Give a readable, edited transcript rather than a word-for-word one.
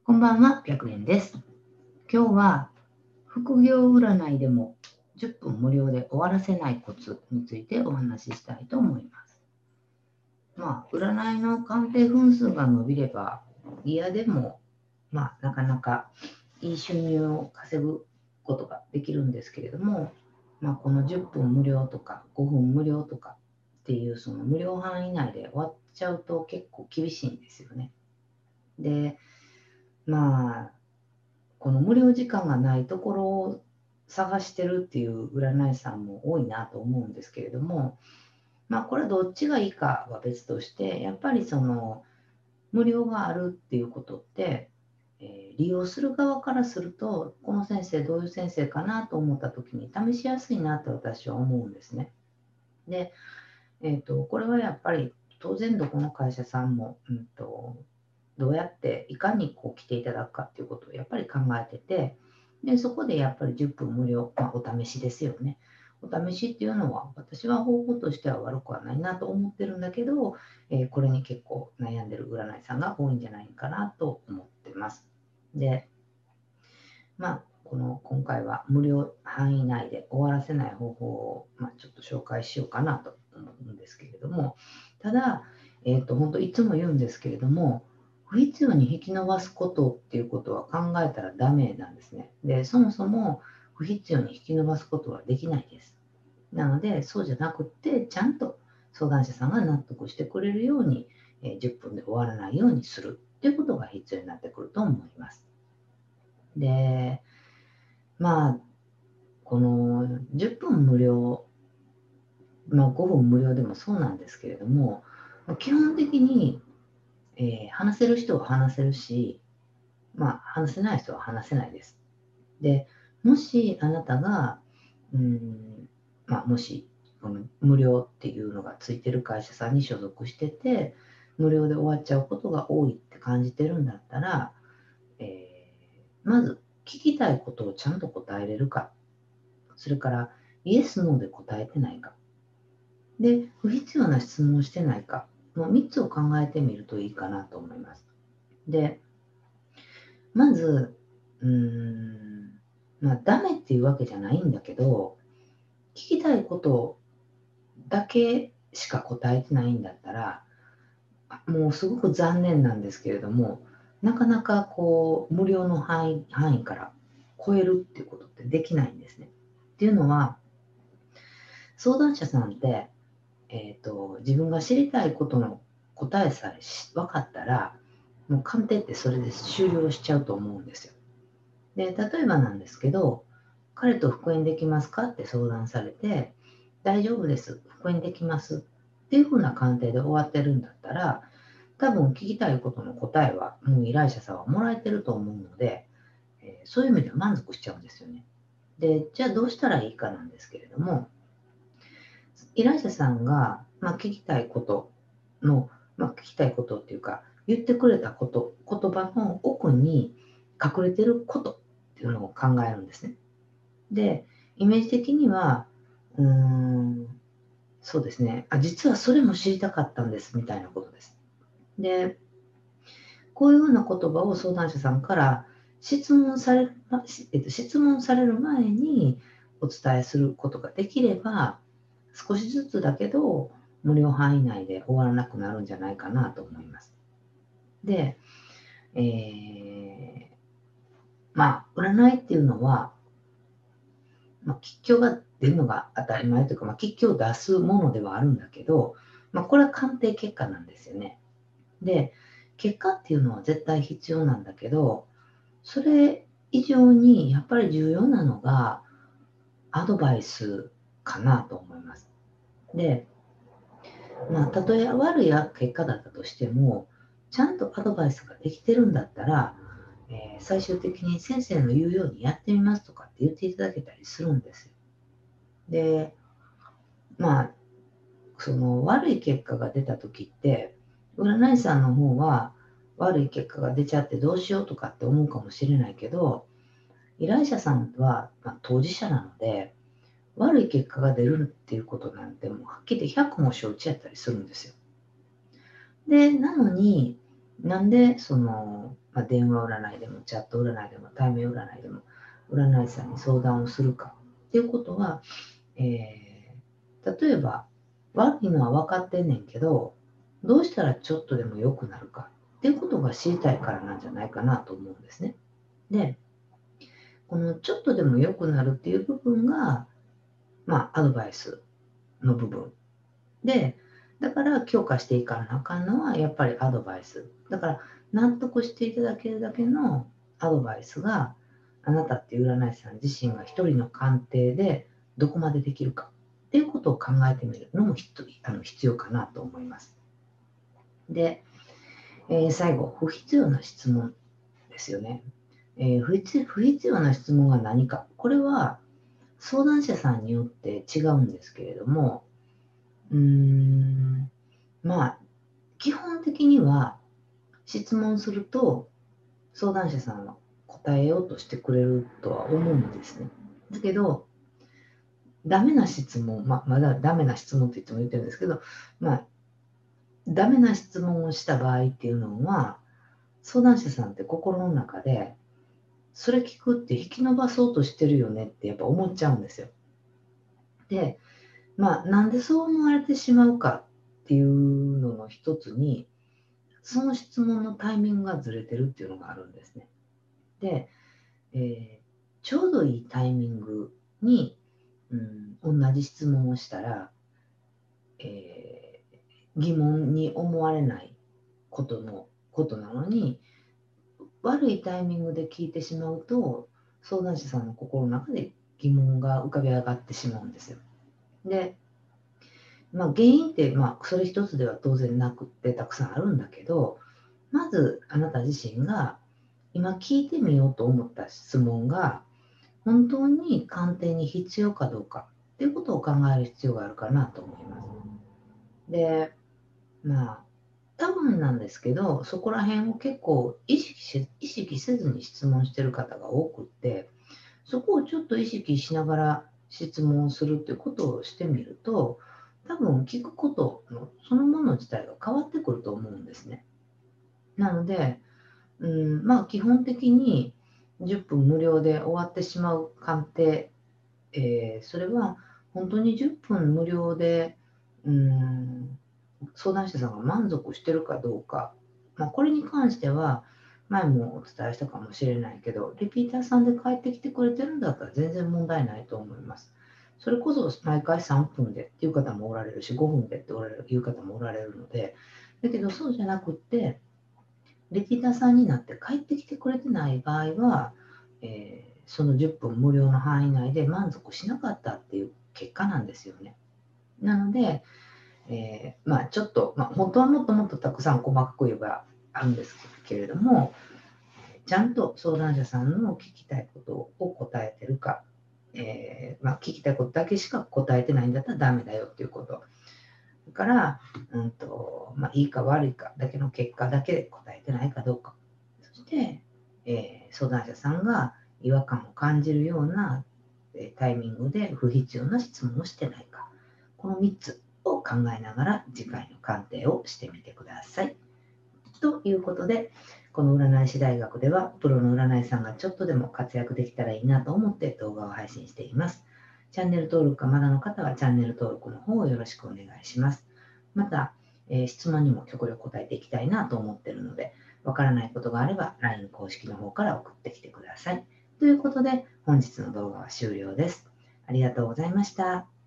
こんばんは、白蓮です。今日は副業占いでも10分無料で終わらせないコツについてお話ししたいと思います。占いの鑑定分数が伸びれば嫌でも、なかなかいい収入を稼ぐことができるんですけれども、この10分無料とか5分無料とかっていうその無料範囲内で終わっちゃうと結構厳しいんですよね。で、まあこの無料時間がないところを探してるっていう占い師さんも多いなと思うんですけれども、これはどっちがいいかは別として、やっぱりその無料があるっていうことって、利用する側からすると、この先生どういう先生かなと思った時に試しやすいなと私は思うんですね。で、これはやっぱり当然どこの会社さんも、どうやっていかにこう来ていただくかっていうことをやっぱり考えてて、で、そこでやっぱり10分無料、お試しですよね。お試しっていうのは、私は方法としては悪くはないなと思ってるんだけど、これに結構悩んでる占い師さんが多いんじゃないかなと思ってます。で、今回は無料範囲内で終わらせない方法を、ちょっと紹介しようかなと思うんですけれども、ただ、本当いつも言うんですけれども、不必要に引き伸ばすことっていうことは考えたらダメなんですね。で、そもそも不必要に引き伸ばすことはできないです。なので、そうじゃなくって、ちゃんと相談者さんが納得してくれるように、10分で終わらないようにするっていうことが必要になってくると思います。で、まあ、この10分無料、5分無料でもそうなんですけれども、基本的に、話せる人は話せるし、話せない人は話せないです。で、もしあなたが、うーん、もし、この無料っていうのがついてる会社さんに所属してて、無料で終わっちゃうことが多いって感じてるんだったら、まず聞きたいことをちゃんと答えれるか、それからイエス、ノーで答えてないか、で、不必要な質問をしてないかの3つを考えてみるといいかなと思います。で、まず、ダメっていうわけじゃないんだけど、聞きたいことだけしか答えてないんだったら、もうすごく残念なんですけれども、なかなかこう、無料の範囲から超えるっていうことってできないんですね。っていうのは、相談者さんって、自分が知りたいことの答えさえ分かったら、もう鑑定ってそれで終了しちゃうと思うんですよ。で、例えばなんですけど、彼と復縁できますかって相談されて、大丈夫です、復縁できますっていうふうな鑑定で終わってるんだったら、多分聞きたいことの答えはもう依頼者さんはもらえてると思うので、そういう意味では満足しちゃうんですよね。で、じゃあどうしたらいいかなんですけれども、依頼者さんが、聞きたいことの、聞きたいことっていうか、言ってくれたこと、言葉の奥に隠れてることっていうのを考えるんですね。で、イメージ的には、うーん、そうですね、実はそれも知りたかったんですみたいなことです。で、こういうふうな言葉を相談者さんから質問される前にお伝えすることができれば、少しずつだけど、無料範囲内で終わらなくなるんじゃないかなと思います。で、占いっていうのは、吉凶が出るのが当たり前というか、吉凶を出すものではあるんだけど、これは鑑定結果なんですよね。で、結果っていうのは絶対必要なんだけど、それ以上にやっぱり重要なのがアドバイスかなと思います。で、たとえ悪い結果だったとしても、ちゃんとアドバイスができてるんだったら、最終的に先生の言うようにやってみますとかって言っていただけたりするんですよ。で、まあ、その悪い結果が出た時って、占い師さんの方は悪い結果が出ちゃってどうしようとかって思うかもしれないけど、依頼者さんは、当事者なので、悪い結果が出るっていうことなんてもうはっきり言って100も承知やったりするんですよ。で、なのに、 なんで電話占いでもチャット占いでも対面占いでも占い師さんに相談をするかっていうことは、例えば悪いのは分かってんねんけど、どうしたらちょっとでも良くなるかっていうことが知りたいからなんじゃないかなと思うんですね。で、このちょっとでも良くなるっていう部分が、アドバイスの部分で、だから強化していかなあかんのはやっぱりアドバイス。だから納得していただけるだけのアドバイスが、あなたっていう占い師さん自身が一人の鑑定でどこまでできるかっていうことを考えてみるのも必要かなと思います。で、最後、不必要な質問ですよね。不必要な質問が何か。これは相談者さんによって違うんですけれども、うーん、まあ、基本的には質問すると相談者さんは答えようとしてくれるとは思うんですね。だけど、ダメな質問、まだダメな質問っていつも言ってるんですけど、ダメな質問をした場合っていうのは、相談者さんって心の中で、それ聞くって引き伸ばそうとしてるよねってやっぱ思っちゃうんですよ。で、なんでそう思われてしまうかっていうのの一つに、その質問のタイミングがずれてるっていうのがあるんですね。で、ちょうどいいタイミングに、同じ質問をしたら、疑問に思われないことなのに、悪いタイミングで聞いてしまうと、相談者さんの心の中で疑問が浮かび上がってしまうんですよ。で、原因って、それ一つでは当然なくってたくさんあるんだけど、まずあなた自身が今聞いてみようと思った質問が本当に鑑定に必要かどうかっていうことを考える必要があるかなと思います。で、多分なんですけど、そこら辺を結構意識せずに質問してる方が多くって、そこをちょっと意識しながら質問をするっていうことをしてみると、多分聞くことのそのもの自体が変わってくると思うんですね。なので、基本的に10分無料で終わってしまう鑑定、それは本当に10分無料で、うん、相談者さんが満足してるかどうか、これに関しては前もお伝えしたかもしれないけど、リピーターさんで帰ってきてくれてるんだったら全然問題ないと思います。それこそ毎回3分でっていう方もおられるし、5分でっていう方もおられるので、だけどそうじゃなくって、リピーターさんになって帰ってきてくれてない場合は、その10分無料の範囲内で満足しなかったっていう結果なんですよね。なので、ちょっと、本当はもっともっとたくさん細かく言えばあるんですけれども、ちゃんと相談者さんの聞きたいことを答えてるか、聞きたいことだけしか答えてないんだったらダメだよっていうこと。だから、いいか悪いかだけの結果だけで答えてないかどうか。そして、相談者さんが違和感を感じるような、タイミングで不必要な質問をしてないか。この3つを考えながら次回の鑑定をしてみてください。ということで、この占い師大学ではプロの占い師さんがちょっとでも活躍できたらいいなと思って動画を配信しています。チャンネル登録がまだの方はチャンネル登録の方をよろしくお願いします。また、質問にも極力答えていきたいなと思っているので、わからないことがあれば LINE 公式の方から送ってきてください。ということで、本日の動画は終了です。ありがとうございました。